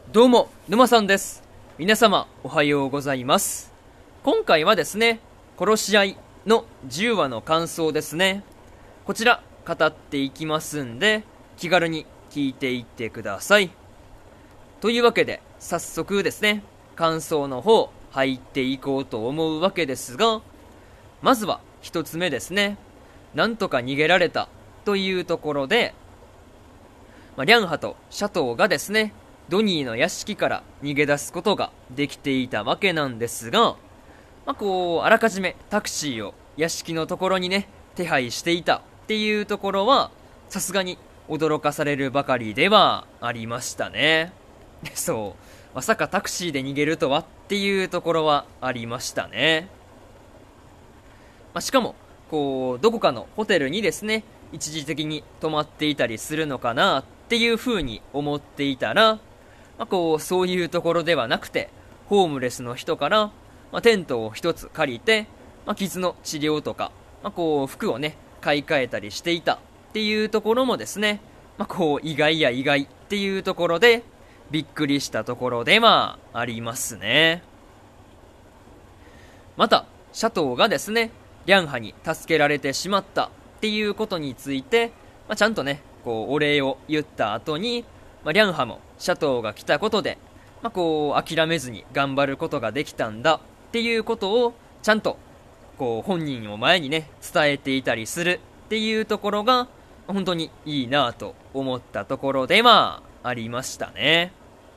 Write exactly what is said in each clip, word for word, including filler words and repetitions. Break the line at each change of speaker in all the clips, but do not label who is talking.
どうも、沼さんです。皆様、おはようございます。今回はですね、殺し合いのじゅうわの感想ですね。こちら、語っていきますんで、気軽に聞いていってください。というわけで、早速ですね、感想の方、入っていこうと思うわけですが、まずは一つ目ですね。なんとか逃げられたというところで、まあ、リャンハとシャトーがですね、ドニーの屋敷から逃げ出すことができていたわけなんですが、まあ、こう、あらかじめタクシーを屋敷のところにね、手配していたっていうところは、さすがに驚かされるばかりではありましたね。そう、まさかタクシーで逃げるとはっていうところはありましたね。まあ、しかも、こう、どこかのホテルにですね、一時的に泊まっていたりするのかなっていう風に思っていたら、まあ、こうそういうところではなくて、ホームレスの人から、まあ、テントを一つ借りて、まあ、傷の治療とか、まあ、こう服をね買い替えたりしていたっていうところもですね、まあ、こう意外や意外っていうところでびっくりしたところではありますね。またシャトーがですね、リャンハに助けられてしまったっていうことについて、まあ、ちゃんとねこうお礼を言った後に、まあ、リャンハもシャトーが来たことで、まあ、こう諦めずに頑張ることができたんだっていうことをちゃんとこう本人を前にね伝えていたりするっていうところが本当にいいなと思ったところではありましたね。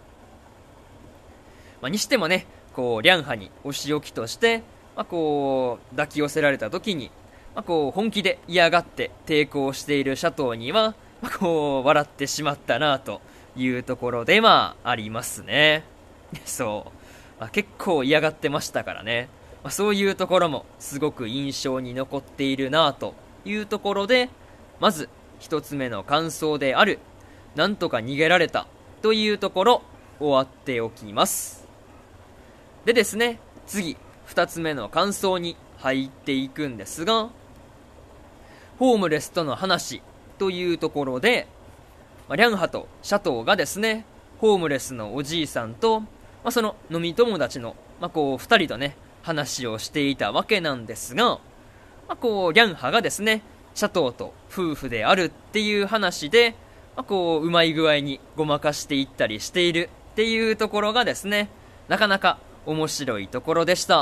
まあ、にしてもねこうリャンハにお仕置きとして、まあ、こう抱き寄せられた時に、まあ、こう本気で嫌がって抵抗しているシャトーには、まあ、こう笑ってしまったなというところではありますね。そう、まあ、結構嫌がってましたからね、まあ、そういうところもすごく印象に残っているなというところで、まず一つ目の感想であるなんとか逃げられたというところ終わっておきます。でですね、次二つ目の感想に入っていくんですが、ホームレスとの話というところで、まあ、リャンハとシャトーがですね、ホームレスのおじいさんと、まあ、その飲み友達の、まあ、こうふたりとね話をしていたわけなんですが、まあ、こうリャンハがですねシャトーと夫婦であるっていう話で、まあ、こううまい具合にごまかしていったりしているっていうところがですね、なかなか面白いところでした。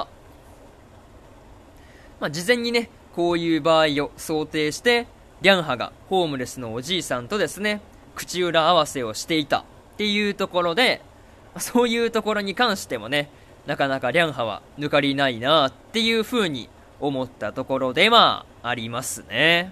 まあ、事前にねこういう場合を想定してリャンハがホームレスのおじいさんとですね口裏合わせをしていたっていうところで、そういうところに関してもねなかなかリャンハは抜かりないなっていう風に思ったところではありますね。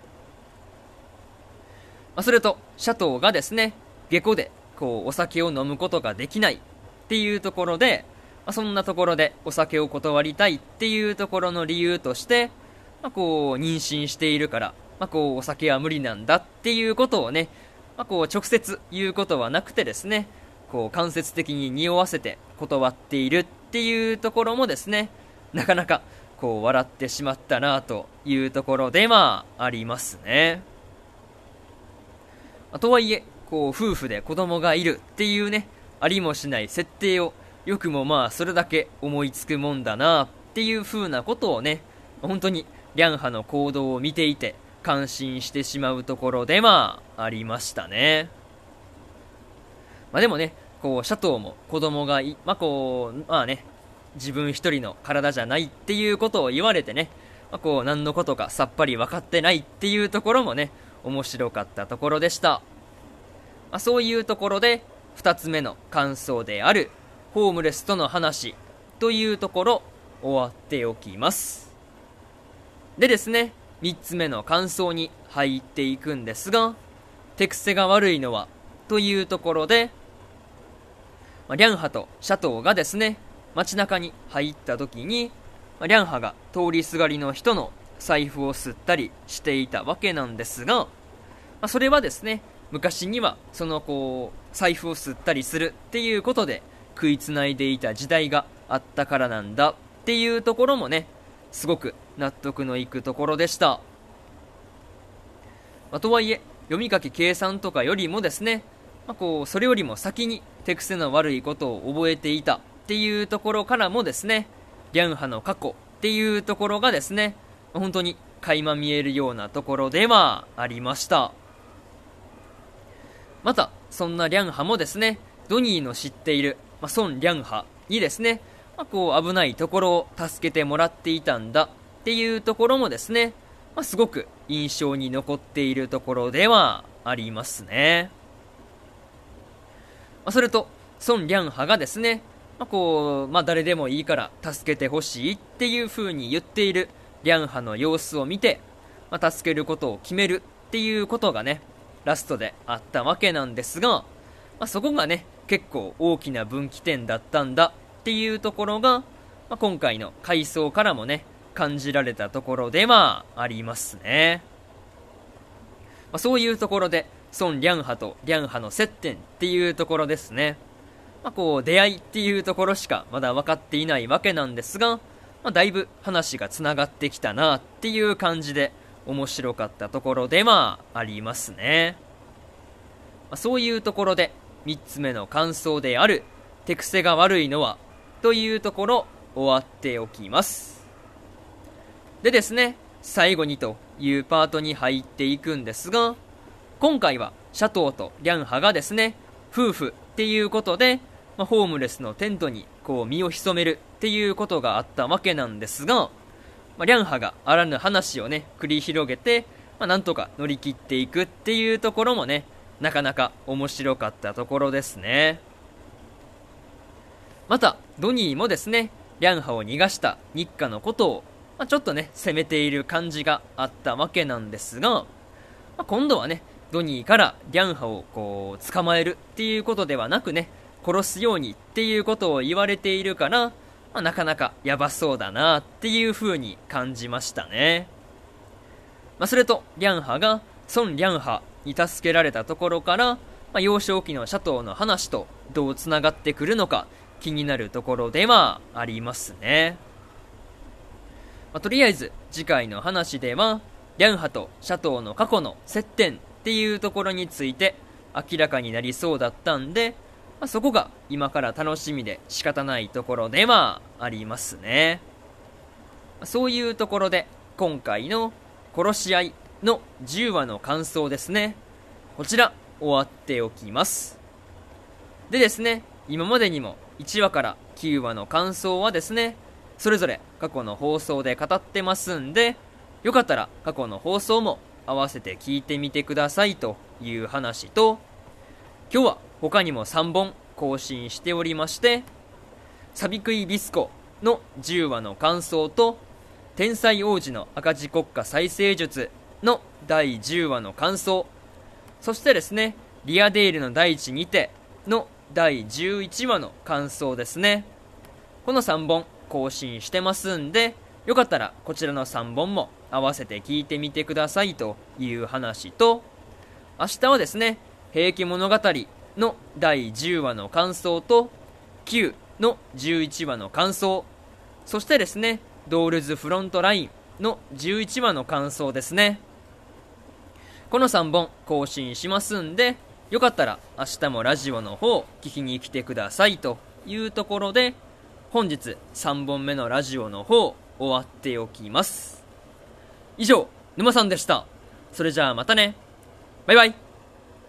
まあ、それとシャトーがですね下戸でこうお酒を飲むことができないっていうところで、まあ、そんなところでお酒を断りたいっていうところの理由として、まあ、こう妊娠しているから、まあ、こうお酒は無理なんだっていうことをね、まあ、こう直接言うことはなくてですね、こう間接的に匂わせて断っているっていうところもですね、なかなかこう笑ってしまったなというところではありますね。とはいえこう夫婦で子供がいるっていうねありもしない設定をよくもまあそれだけ思いつくもんだなっていう風なことをね、本当にリャンハの行動を見ていて感心してしまうところではありましたね。まあ、でもねこうシャトーも子供がいまあこうまあね自分一人の体じゃないっていうことを言われてね、まあ、こう何のことかさっぱり分かってないっていうところもね面白かったところでした。まあ、そういうところでふたつめの感想であるホームレスとの話というところ終わっておきます。でですね、みっつめの感想に入っていくんですが、手癖が悪いのはというところで、まあ、リャンハとシャトーがですね街中に入った時に、まあ、リャンハが通りすがりの人の財布を吸ったりしていたわけなんですが、まあ、それはですね昔にはそのこう財布を吸ったりするっていうことで食いつないでいた時代があったからなんだっていうところもねすごく納得のいくところでした。まあ、とはいえ読み書き計算とかよりもですねまあ、こうそれよりも先に手癖の悪いことを覚えていたっていうところからもですね、リャンハの過去っていうところがですね、まあ本当に垣間見えるようなところではありました。またそんなリャンハもですね、ドニーの知っている、まあ、孫リャンハにですね、まあ、こう危ないところを助けてもらっていたんだっていうところもですね、まあ、すごく印象に残っているところではありますね。まあ、それと孫リャンハがですね、まあこうまあ、誰でもいいから助けてほしいっていう風に言っているリャンハの様子を見て、まあ、助けることを決めるっていうことがね、ラストであったわけなんですが、まあ、そこがね結構大きな分岐点だったんだっていうところが、まあ、今回の回想からもね感じられたところではありますね。まあ、そういうところで孫リャンハとリャンハの接点っていうところですね。まあ、こう出会いっていうところしかまだ分かっていないわけなんですが、まあ、だいぶ話がつながってきたなっていう感じで面白かったところではありますね。まあ、そういうところでみっつめの感想である手癖が悪いのはというところ終わっておきます。でですね、最後にというパートに入っていくんですが、今回はシャトーとリャンハがですね夫婦っていうことで、まあ、ホームレスのテントにこう身を潜めるっていうことがあったわけなんですが、まあ、リャンハがあらぬ話をね繰り広げて、まあ、なんとか乗り切っていくっていうところもね、なかなか面白かったところですね。またドニーもですね、リャンハを逃がした日課のことを、まあ、ちょっとね責めている感じがあったわけなんですが、まあ、今度はねドニーからリャンハをこう捕まえるっていうことではなくね、殺すようにっていうことを言われているから、まあ、なかなかヤバそうだなっていう風に感じましたね。まあ、それとリャンハが孫リャンハに助けられたところから、まあ、幼少期のシャトーの話とどうつながってくるのか気になるところではありますね。まあ、とりあえず次回の話ではリャンハとシャトーの過去の接点っていうところについて明らかになりそうだったんで、まあ、そこが今から楽しみで仕方ないところではありますね。そういうところで今回の殺し合いのじゅうわの感想ですね、こちら終わっておきます。でですね、今までにもいちわからきゅうわの感想はですね、それぞれ過去の放送で語ってますんで、よかったら過去の放送も合わせて聞いてみてくださいという話と、今日は他にもさんぼん更新しておりまして、サビクイビスコのじゅうわの感想と、天才王子の赤字国家再生術のだいじゅうわの感想、そしてですねリアデールの大地にてのだいじゅういちわの感想ですね。このさんぼん更新してますんで、よかったらこちらのさんぼんも合わせて聞いてみてくださいという話と、明日はですね平家物語のだいじゅうわの感想ときゅうのじゅういちわの感想、そしてですねドールズフロントラインのじゅういちわの感想ですね。このさんぼん更新しますんで、よかったら明日もラジオの方聞きに来てくださいというところで、本日さんぼんめのラジオの方終わっておきます。以上、沼さんでした。それじゃあまたね。バイバイ。